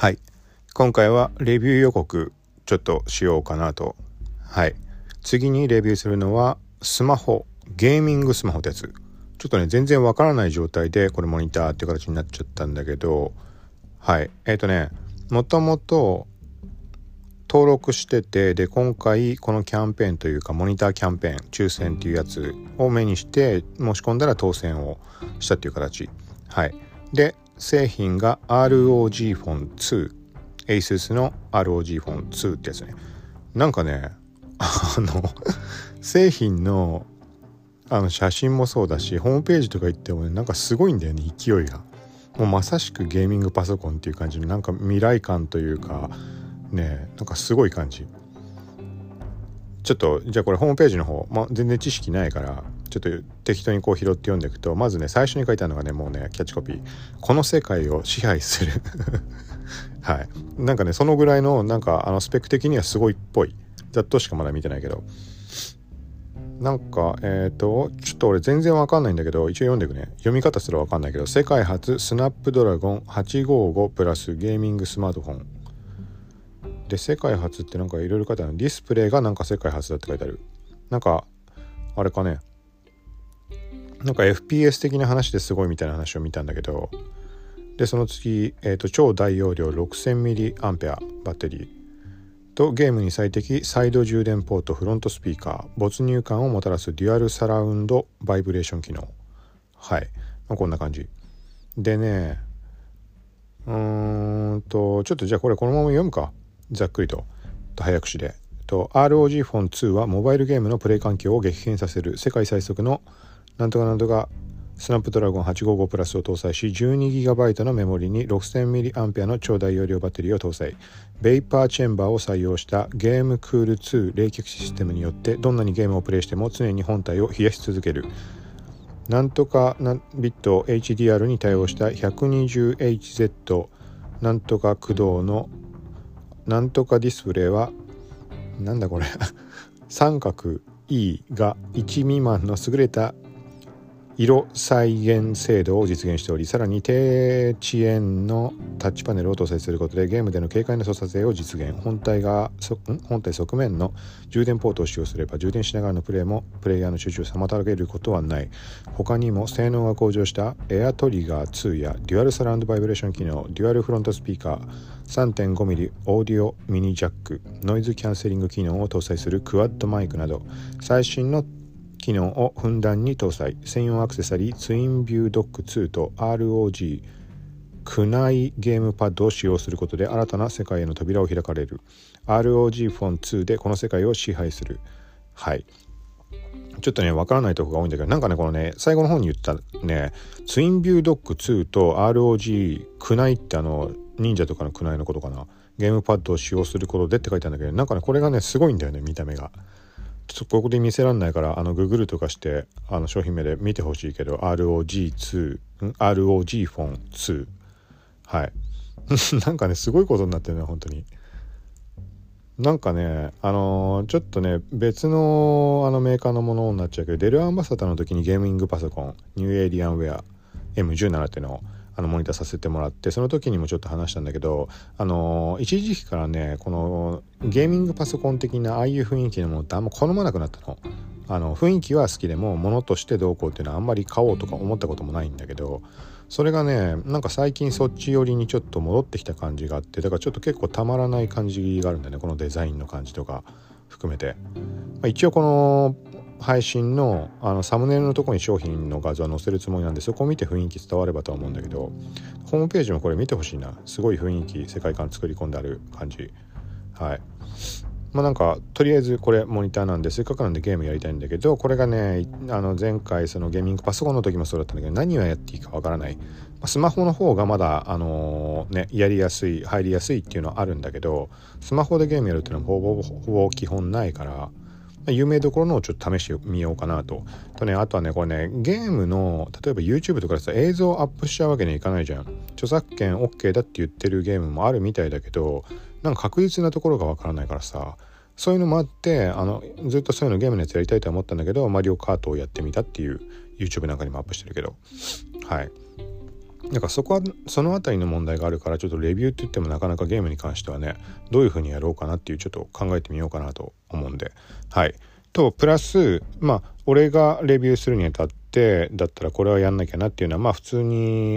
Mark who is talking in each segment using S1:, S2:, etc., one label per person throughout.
S1: はい、今回はレビュー予告ちょっとしようかなと。はい、次にレビューするのはスマホ、ゲーミングスマホってやつ。ちょっとね全然わからない状態でこれモニターっていう形になっちゃったんだけど、はい、もともと登録してて、で今回このキャンペーンというかモニターキャンペーン抽選っていうやつを目にして申し込んだら当選をしたっていう形。はい、で製品が ROG フォン2、 ASUS の ROG フォン2ってやつね。なんかね製品の写真もそうだし、ホームページとか行ってもね、なんかすごいんだよね、勢いが。もうまさしくゲーミングパソコンっていう感じの、なんか未来感というかね、なんかすごい感じ。ちょっとじゃあこれホームページの方、全然知識ないからちょっと適当にこう拾って読んでいくと、まずね最初に書いてあるのがね、もうねキャッチコピー、この世界を支配するはい、なんかねそのぐらいのなんかスペック的にはすごいっぽい。ざっとしかまだ見てないけど、なんかちょっと俺全然わかんないんだけど、一応読んでいくね。読み方すらわかんないけど、世界初スナップドラゴン855プラスゲーミングスマートフォンで、世界初ってなんかいろいろ書いてある。ディスプレイがなんか世界初だって書いてある。なんかあれかね、なんか FPS 的な話ですごいみたいな話を見たんだけど、でその次、超大容量 6000mAh バッテリーとゲームに最適サイド充電ポート、フロントスピーカー、没入感をもたらすデュアルサラウンドバイブレーション機能。はい、こんな感じでね、ちょっとじゃあこれこのまま読むか、ざっくりと早口で。ROG フォン2はモバイルゲームのプレイ環境を激変させる世界最速のなんとかなんとかスナップドラゴン855プラスを搭載し、 12GB のメモリに 6000mAh の超大容量バッテリーを搭載。ベイパーチェンバーを採用したゲームクール2冷却システムによって、どんなにゲームをプレイしても常に本体を冷やし続ける。なんとかビット HDR に対応した 120Hz なんとか駆動のなんとかディスプレイはなんだこれ三角 E が1未満の優れた色再現精度を実現しており、さらに低遅延のタッチパネルを搭載することでゲームでの軽快な操作性を実現。本体側面の充電ポートを使用すれば、充電しながらのプレイもプレイヤーの集中を妨げることはない。他にも性能が向上したエアトリガー2やデュアルサラウンドバイブレーション機能、デュアルフロントスピーカー、3.5mm オーディオミニジャック、ノイズキャンセリング機能を搭載するクワッドマイクなど最新の機能をふんだんに搭載。専用アクセサリーツインビュードック2と ROG クナイゲームパッドを使用することで新たな世界への扉を開かれる。 ROG フォン2でこの世界を支配する。はい、ちょっとねわからないところが多いんだけど、なんかねこのね最後の方に言ったね、ツインビュードック2と ROG クナイって忍者とかのクナイのことかな、ゲームパッドを使用することでって書いてあるんだけど、なんかねこれがねすごいんだよね、見た目が。ちょっとここで見せらんないからググるとかして商品名で見てほしいけど、 ROG フォン2、はいなんかねすごいことになってるね本当に。なんかねちょっとね別のメーカーのものになっちゃうけど、デルアンバサダーの時にゲーミングパソコンニューエイリアンウェア M17 っていうのをモニターさせてもらって、その時にもちょっと話したんだけど、一時期からねこのゲーミングパソコン的なああいう雰囲気のものってあんま好まなくなったの。雰囲気は好きでも物としてどうこうっていうのはあんまり買おうとか思ったこともないんだけど、それがねなんか最近そっち寄りにちょっと戻ってきた感じがあって、だからちょっと結構たまらない感じがあるんだよね、このデザインの感じとか含めて。一応この配信のサムネイルのところに商品の画像を載せるつもりなんで、そこを見て雰囲気伝わればとは思うんだけど、ホームページもこれ見てほしいな。すごい雰囲気世界観作り込んである感じ。はい、なんかとりあえずこれモニターなんで、せっかくなんでゲームやりたいんだけど、これがね前回そのゲーミングパソコンの時もそうだったんだけど、何をやっていいかわからない。スマホの方がまだやりやすい入りやすいっていうのはあるんだけど、スマホでゲームやるっていうのはほぼ基本ないから、有名どころのをちょっと試してみようかなと。あとはねこれねゲームの例えば YouTube とかでさ映像をアップしちゃうわけにはいかないじゃん。著作権 OK だって言ってるゲームもあるみたいだけど、なんか確実なところがわからないからさ、そういうのもあってずっとそういうのゲームのやつやりたいと思ったんだけど、マリオカートをやってみたっていう YouTube なんかにもアップしてるけど、はい。 なんかそのあたりの問題があるから、ちょっとレビューって言ってもなかなかゲームに関してはね、どういう風にやろうかなっていう、ちょっと考えてみようかなと思うんで、はいとプラス俺がレビューするにあたってだったらこれはやんなきゃなっていうのは、普通に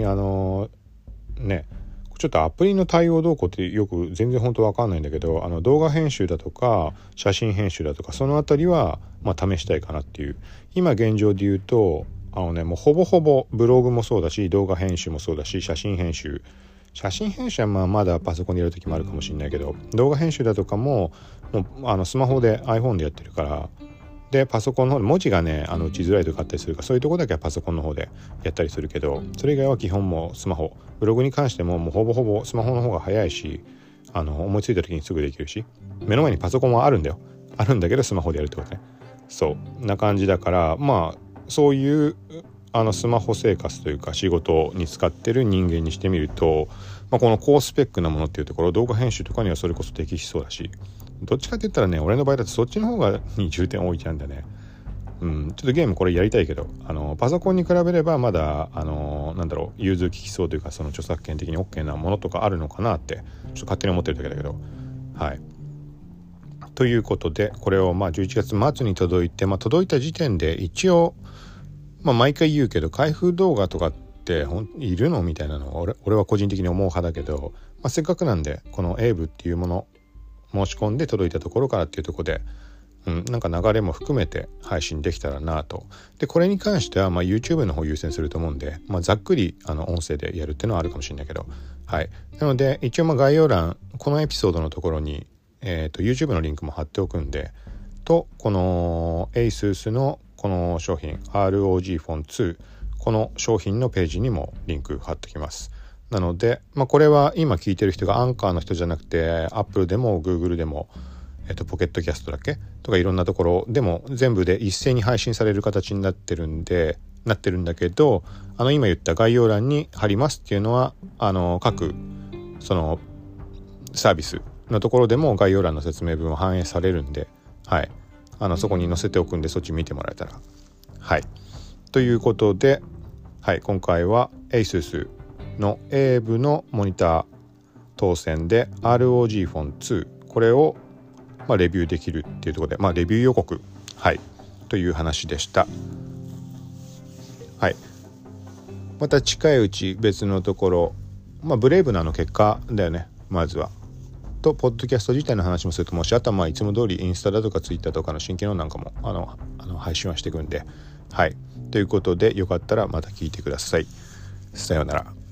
S1: ちょっとアプリの対応どうこうってよく全然本当わかんないんだけど、動画編集だとか写真編集だとかそのあたりは試したいかなっていう。今現状で言うともうほぼほぼブログもそうだし、動画編集もそうだし、写真編集はまだパソコンでやる時もあるかもしれないけど、動画編集だとかもスマホで iPhone でやってるから、でパソコンの方で文字がね打ちづらいとかあったりするから、そういうとこだけはパソコンの方でやったりするけど、それ以外は基本もうスマホ。ブログに関してももうほぼほぼスマホの方が早いし、思いついた時にすぐできるし、目の前にパソコンはあるんだけどスマホでやるってことね。そうな感じだから、そういうスマホ生活というか仕事に使ってる人間にしてみると、この高スペックなものっていうところ、動画編集とかにはそれこそ適しそうだし、どっちかって言ったらね、俺の場合だとそっちの方に重点置いちゃうんだね。ちょっとゲームこれやりたいけど、パソコンに比べればまだ融通利きそうというか、その著作権的に OK なものとかあるのかなってちょっと勝手に思ってるだけだけど、はいということで、これを11月末に届いて、届いた時点で一応毎回言うけど、開封動画とかっているのみたいなのを俺は個人的に思う派だけど、せっかくなんでこのエイブっていうもの申し込んで届いたところからっていうところで、なんか流れも含めて配信できたらなと。でこれに関してはYouTube の方優先すると思うんで、ざっくり音声でやるっていうのはあるかもしれないけど、はいなので一応概要欄、このエピソードのところに、YouTube のリンクも貼っておくんで、とこの ASUS のこの商品 ROG Phone 2、この商品のページにもリンク貼っておきます。なので、これは今聞いてる人がアンカーの人じゃなくて Apple でも Google でも、ポケットキャストだっけとかいろんなところでも全部で一斉に配信される形になってるんだけど、今言った概要欄に貼りますっていうのは各そのサービスのところでも概要欄の説明文を反映されるんで、はいそこに載せておくんで、そっち見てもらえたら。はいということで、今回は ASUS の AVE のモニター当選で ROG Phone 2、これをレビューできるっていうところで、レビュー予告という話でした。また近いうち別のところ、ブレイブの結果だよね、まずはとポッドキャスト自体の話もすると思うし、あとはいつも通りインスタだとかツイッターとかの新機能なんかも配信はしていくんで、ということでよかったらまた聞いてください。さようなら。